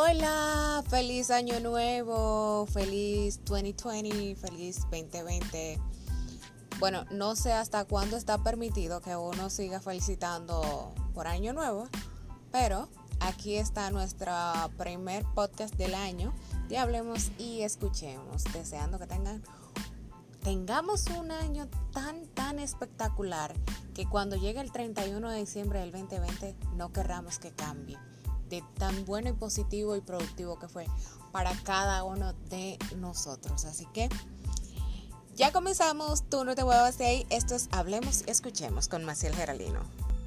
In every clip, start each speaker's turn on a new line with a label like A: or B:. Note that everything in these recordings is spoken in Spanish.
A: Hola, feliz año nuevo, feliz 2020, feliz 2020. Bueno, no sé hasta cuándo está permitido que uno siga felicitando por año nuevo, pero aquí está nuestro primer podcast del año de Hablemos y Escuchemos, deseando que tengamos un año tan espectacular que cuando llegue el 31 de diciembre del 2020 no querramos que cambie, de tan bueno y positivo y productivo que fue para cada uno de nosotros. Así que ya comenzamos, tú no te muevas de ahí. Esto es Hablemos y Escuchemos con Maciel Geraldino.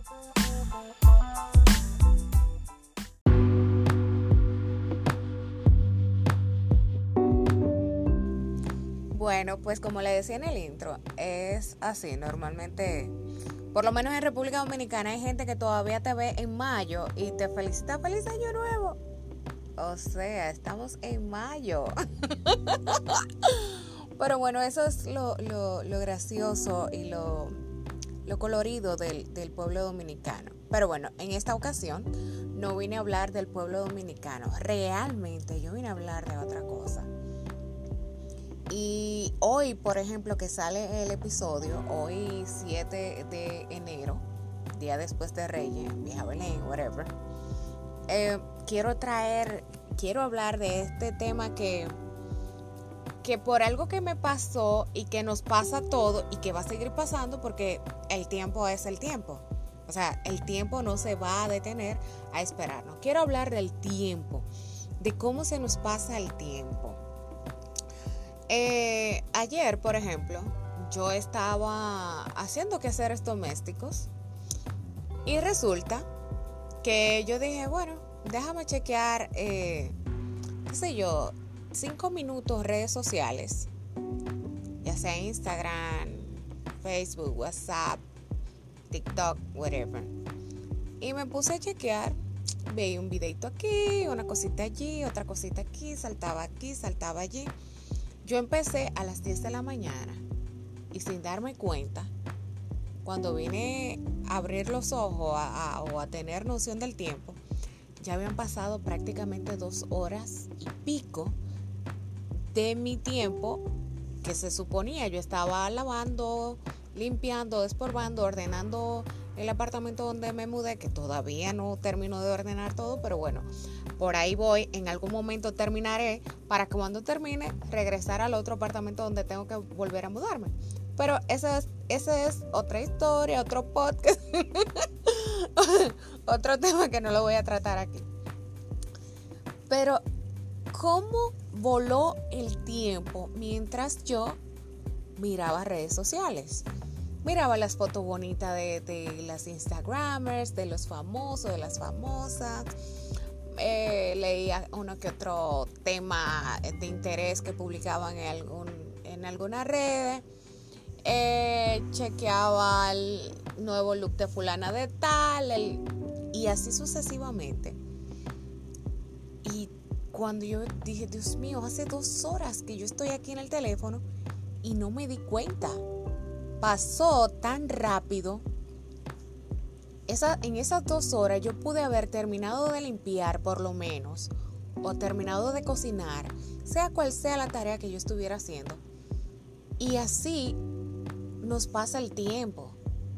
A: Bueno, pues como le decía en el intro, es así, normalmente, por lo menos en República Dominicana hay gente que todavía te ve en mayo y te felicita feliz año nuevo. O sea, estamos en mayo. Pero bueno, eso es lo gracioso y lo colorido del pueblo dominicano. Pero bueno, en esta ocasión no vine a hablar del pueblo dominicano. Realmente yo vine a hablar de otra cosa. Y hoy, por ejemplo, que sale el episodio, hoy 7 de enero, día después de Reyes, Vieja Belén, whatever, quiero hablar de este tema que por algo que me pasó y que nos pasa todo y que va a seguir pasando porque el tiempo es el tiempo. O sea, el tiempo no se va a detener a esperarnos. Quiero hablar del tiempo, de cómo se nos pasa el tiempo. Ayer, por ejemplo, yo estaba haciendo quehaceres domésticos y resulta que yo dije, bueno, déjame chequear, 5 minutos redes sociales, ya sea Instagram, Facebook, WhatsApp, TikTok, whatever. Y me puse a chequear, veía un videito aquí, una cosita allí, otra cosita aquí, saltaba allí. Yo empecé a las 10 de la mañana y sin darme cuenta, cuando vine a abrir los ojos o a tener noción del tiempo, ya habían pasado prácticamente 2 horas y pico de mi tiempo que se suponía yo estaba lavando, limpiando, despolvando, ordenando el apartamento donde me mudé, que todavía no termino de ordenar todo, pero bueno, por ahí voy, en algún momento terminaré para que cuando termine regresar al otro apartamento donde tengo que volver a mudarme. Pero esa es otra historia, otro podcast, otro tema que no lo voy a tratar aquí. Pero ¿cómo voló el tiempo mientras yo miraba redes sociales? Miraba las fotos bonitas de las Instagramers, de los famosos, de las famosas. Leía uno que otro tema de interés que publicaban en alguna red. Chequeaba el nuevo look de fulana de tal, y así sucesivamente. Y cuando yo dije, Dios mío, hace 2 horas que yo estoy aquí en el teléfono y no me di cuenta. Pasó tan rápido. En esas 2 horas yo pude haber terminado de limpiar por lo menos, o terminado de cocinar, sea cual sea la tarea que yo estuviera haciendo. Y así nos pasa el tiempo.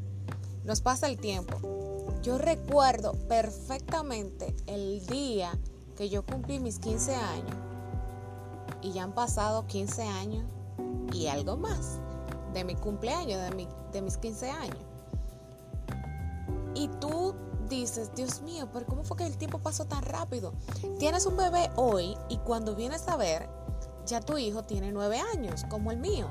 A: Yo recuerdo perfectamente el día que yo cumplí mis 15 años y ya han pasado 15 años y algo más de mi cumpleaños, de mis 15 años. Y tú dices, Dios mío, pero ¿cómo fue que el tiempo pasó tan rápido? Tienes un bebé hoy y cuando vienes a ver, ya tu hijo tiene 9 años, como el mío.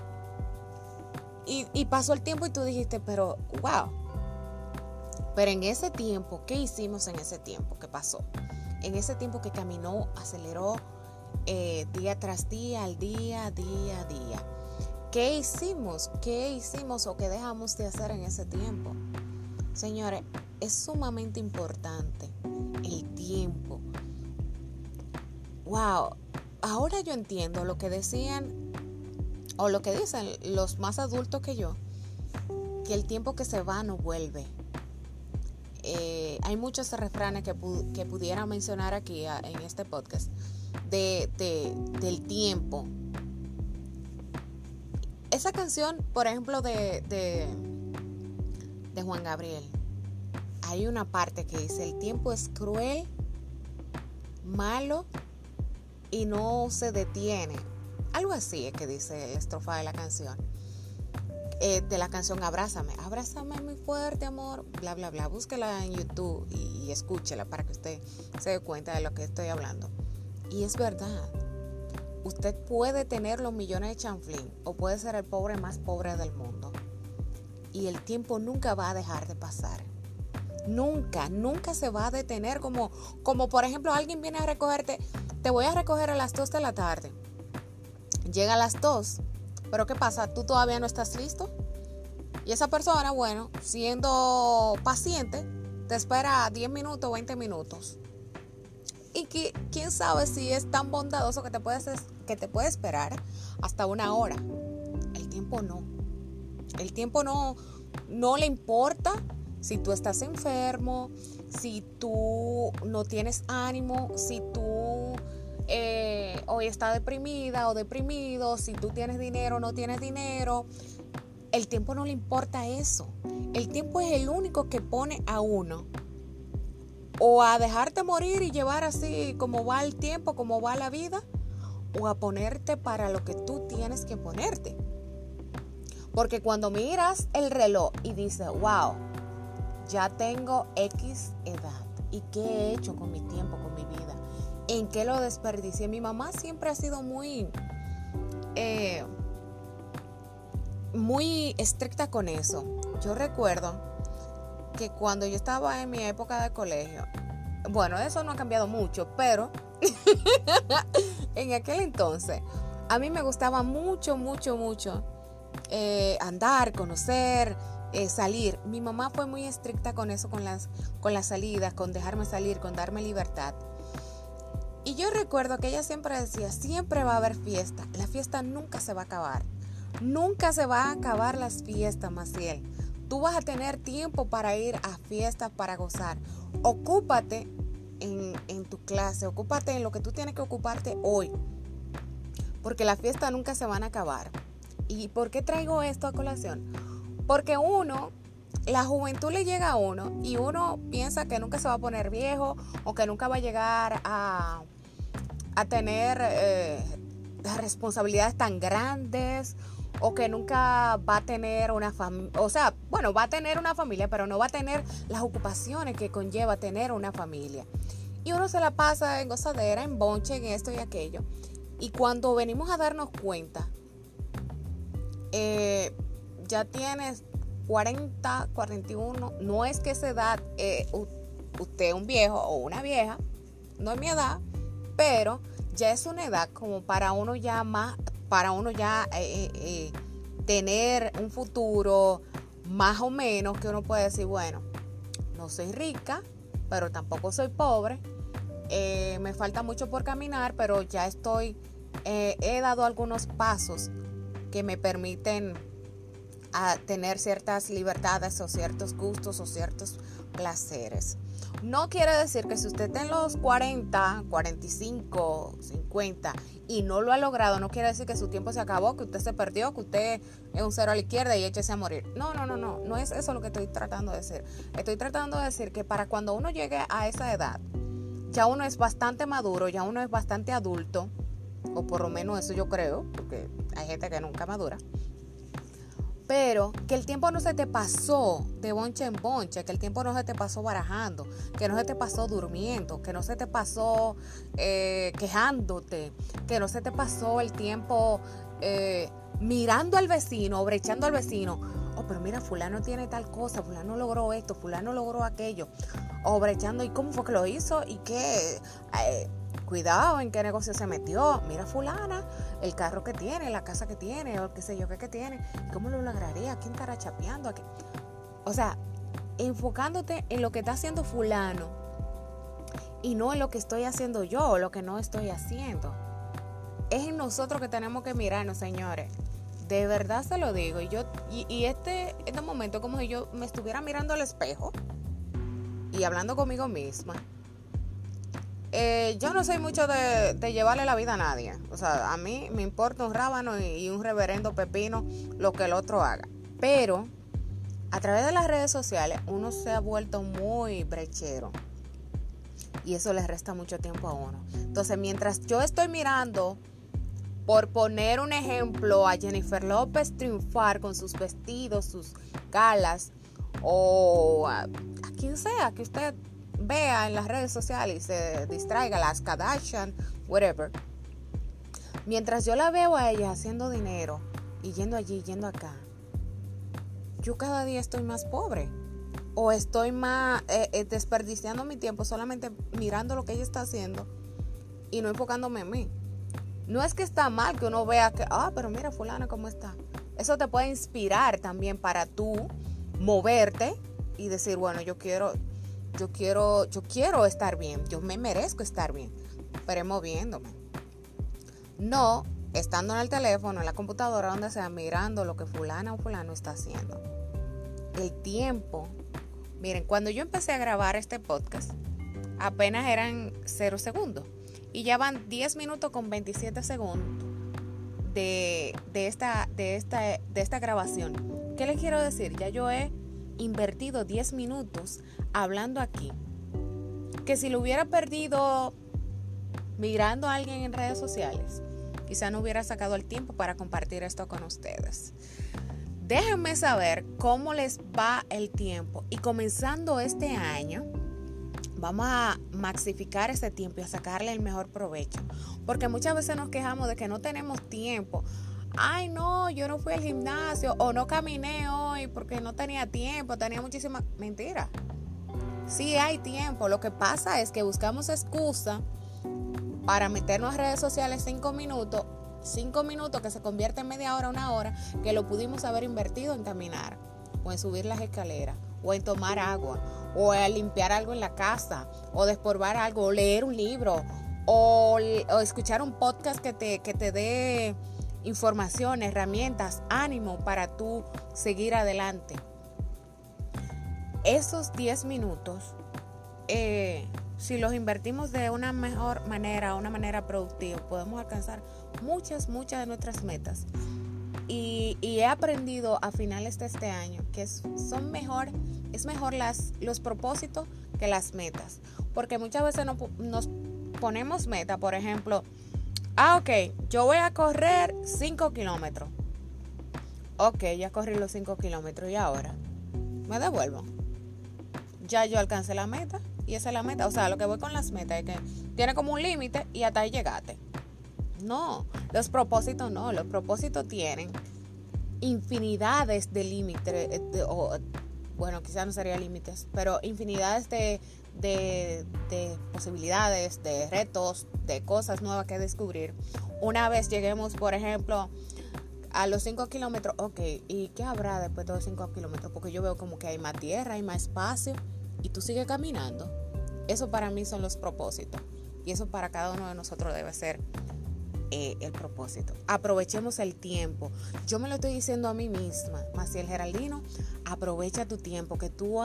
A: Y pasó el tiempo y tú dijiste, pero wow. Pero en ese tiempo, ¿qué hicimos en ese tiempo que pasó? En ese tiempo que caminó, aceleró día tras día, al día. ¿Qué hicimos o qué dejamos de hacer en ese tiempo? Señores, es sumamente importante el tiempo. Wow, ahora yo entiendo lo que decían o lo que dicen los más adultos que yo, que el tiempo que se va no vuelve. hay muchos refranes que pudiera mencionar aquí en este podcast del tiempo. Esa canción, por ejemplo, de Juan Gabriel, hay una parte que dice: el tiempo es cruel, malo y no se detiene. Algo así es que dice la estrofa de la canción. De la canción Abrázame muy fuerte, amor, bla bla bla. Búsquela en YouTube y escúchela para que usted se dé cuenta de lo que estoy hablando. Y es verdad, usted puede tener los millones de chanflín o puede ser el pobre más pobre del mundo, y el tiempo nunca va a dejar de pasar. Nunca se va a detener. Como por ejemplo, alguien viene a recogerte: te voy a recoger a las 2 de la tarde. Llega a las 2, pero ¿qué pasa? Tú todavía no estás listo. Y esa persona, bueno, siendo paciente, te espera 10 minutos, 20 minutos. Y quién sabe si es tan bondadoso que te puede esperar hasta 1 hora. El tiempo no. El tiempo no le importa si tú estás enfermo, si tú no tienes ánimo, si tú hoy estás deprimida o deprimido, si tú tienes dinero o no tienes dinero. El tiempo no le importa eso. El tiempo es el único que pone a uno o a dejarte morir y llevar así como va el tiempo, como va la vida, o a ponerte para lo que tú tienes que ponerte. Porque cuando miras el reloj y dices: wow, ya tengo X edad, ¿y qué he hecho con mi tiempo, con mi vida? ¿En qué lo desperdicié? Mi mamá siempre ha sido muy estricta con eso. Yo recuerdo que cuando yo estaba en mi época de colegio, bueno, eso no ha cambiado mucho, pero en aquel entonces a mí me gustaba mucho andar, conocer, salir. Mi mamá fue muy estricta con eso, con las salidas, con dejarme salir, con darme libertad. Y yo recuerdo que ella siempre decía: siempre va a haber fiesta. La fiesta nunca se va a acabar. Nunca se va a acabar las fiestas, Maciel. Tú vas a tener tiempo para ir a fiestas, para gozar. Ocúpate en tu clase, ocúpate en lo que tú tienes que ocuparte hoy. Porque las fiestas nunca se van a acabar. ¿Y por qué traigo esto a colación? Porque la juventud le llega a uno y uno piensa que nunca se va a poner viejo o que nunca va a llegar a tener responsabilidades tan grandes, o que nunca va a tener una familia. O sea, bueno, va a tener una familia, pero no va a tener las ocupaciones que conlleva tener una familia. Y uno se la pasa en gozadera, en bonche, en esto y aquello. Y cuando venimos a darnos cuenta, ya tienes 40, 41, no es que esa edad, usted es un viejo o una vieja, no es mi edad, pero ya es una edad como para uno ya tener un futuro más o menos, que uno puede decir: bueno, no soy rica, pero tampoco soy pobre, me falta mucho por caminar, pero ya he dado algunos pasos que me permiten tener ciertas libertades o ciertos gustos o ciertos placeres. No quiere decir que si usted está en los 40, 45, 50 y no lo ha logrado, no quiere decir que su tiempo se acabó, que usted se perdió, que usted es un cero a la izquierda y échese a morir. No es eso lo que estoy tratando de decir. Estoy tratando de decir que para cuando uno llegue a esa edad, ya uno es bastante maduro, ya uno es bastante adulto, o por lo menos eso yo creo, porque hay gente que nunca madura. Pero que el tiempo no se te pasó de bonche en bonche, que el tiempo no se te pasó barajando, que no se te pasó durmiendo, que no se te pasó quejándote, que no se te pasó el tiempo mirando al vecino o brechando al vecino. Oh, pero mira, fulano tiene tal cosa, fulano logró esto, fulano logró aquello. O brechando, ¿y cómo fue que lo hizo? ¿Y qué? Cuidado en qué negocio se metió. Mira fulana, el carro que tiene, la casa que tiene, o qué sé yo qué tiene. ¿Cómo lo lograría? ¿Quién estará chapeando? O sea, enfocándote en lo que está haciendo fulano y no en lo que estoy haciendo yo o lo que no estoy haciendo. Es en nosotros que tenemos que mirarnos, señores. De verdad se lo digo. Y este momento como si yo me estuviera mirando al espejo y hablando conmigo misma, yo no soy mucho de llevarle la vida a nadie. O sea, a mí me importa un rábano y un reverendo pepino lo que el otro haga. Pero a través de las redes sociales uno se ha vuelto muy brechero y eso le resta mucho tiempo a uno. Entonces, mientras yo estoy mirando, por poner un ejemplo, a Jennifer López triunfar con sus vestidos, sus galas, o a quien sea que usted vea en las redes sociales y se distraiga, las Kardashian, whatever. Mientras yo la veo a ella haciendo dinero y yendo allí, yendo acá, yo cada día estoy más pobre. O estoy más desperdiciando mi tiempo solamente mirando lo que ella está haciendo y no enfocándome en mí. No es que está mal que uno vea que, pero mira fulana cómo está. Eso te puede inspirar también para tú moverte y decir, bueno, yo quiero estar bien, yo me merezco estar bien, pero moviéndome. No estando en el teléfono, en la computadora, donde sea, mirando lo que fulana o fulano está haciendo. El tiempo. Miren, cuando yo empecé a grabar este podcast, apenas eran 0 segundos. Y ya van 10 minutos con 27 segundos de esta grabación. ¿Qué les quiero decir? Ya yo he invertido 10 minutos hablando aquí. Que si lo hubiera perdido mirando a alguien en redes sociales, quizá no hubiera sacado el tiempo para compartir esto con ustedes. Déjenme saber cómo les va el tiempo. Y comenzando este año, vamos a maxificar ese tiempo y a sacarle el mejor provecho. Porque muchas veces nos quejamos de que no tenemos tiempo. Ay, no, yo no fui al gimnasio o no caminé hoy porque no tenía tiempo, tenía muchísima... Mentira. Sí hay tiempo. Lo que pasa es que buscamos excusa para meternos a redes sociales 5 minutos. 5 minutos que se convierte en media hora, 1 hora, que lo pudimos haber invertido en caminar o en subir las escaleras o en tomar agua o en limpiar algo en la casa o despolvar algo o leer un libro o escuchar un podcast que te dé información, herramientas, ánimo para tú seguir adelante. Esos 10 minutos, si los invertimos de una mejor manera, una manera productiva, podemos alcanzar muchas de nuestras metas. Y he aprendido a finales de este año que es mejor los propósitos que las metas. Porque muchas veces nos ponemos meta, por ejemplo, ok, yo voy a correr 5 kilómetros. Ok, ya corrí los 5 kilómetros y ahora me devuelvo. Ya yo alcancé la meta y esa es la meta. O sea, lo que voy con las metas es que tiene como un límite y hasta ahí llegaste. No, los propósitos no. Los propósitos tienen infinidades de límites. Bueno, quizás no serían límites, pero infinidades de posibilidades, de retos, de cosas nuevas que descubrir. Una vez lleguemos, por ejemplo, a los 5 kilómetros, ok, ¿y qué habrá después de los 5 kilómetros? Porque yo veo como que hay más tierra, hay más espacio y tú sigues caminando. Eso para mí son los propósitos y eso para cada uno de nosotros debe ser el propósito. Aprovechemos el tiempo. Yo me lo estoy diciendo a mí misma, Maciel Geraldino, aprovecha tu tiempo, que tú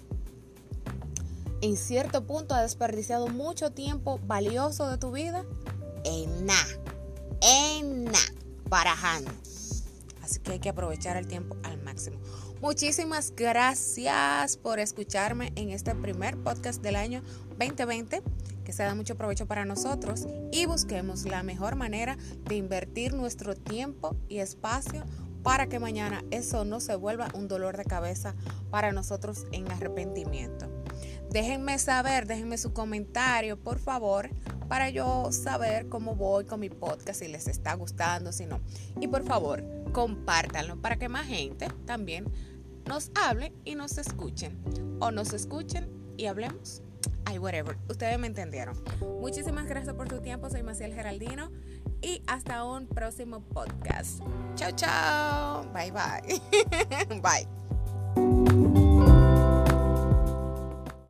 A: en cierto punto has desperdiciado mucho tiempo valioso de tu vida en nada, barajando. Así que hay que aprovechar el tiempo al máximo. Muchísimas gracias por escucharme en este primer podcast del año 2020. Que sea de mucho provecho para nosotros y busquemos la mejor manera de invertir nuestro tiempo y espacio para que mañana eso no se vuelva un dolor de cabeza para nosotros en arrepentimiento. Déjenme saber, déjenme su comentario, por favor, para yo saber cómo voy con mi podcast, si les está gustando, si no. Y por favor, compártanlo para que más gente también nos hable y nos escuchen. O nos escuchen y hablemos. Ay, whatever. Ustedes me entendieron. Muchísimas gracias por tu tiempo. Soy Maciel Geraldino. Y hasta un próximo podcast. Chao, chao. Bye, bye. Bye.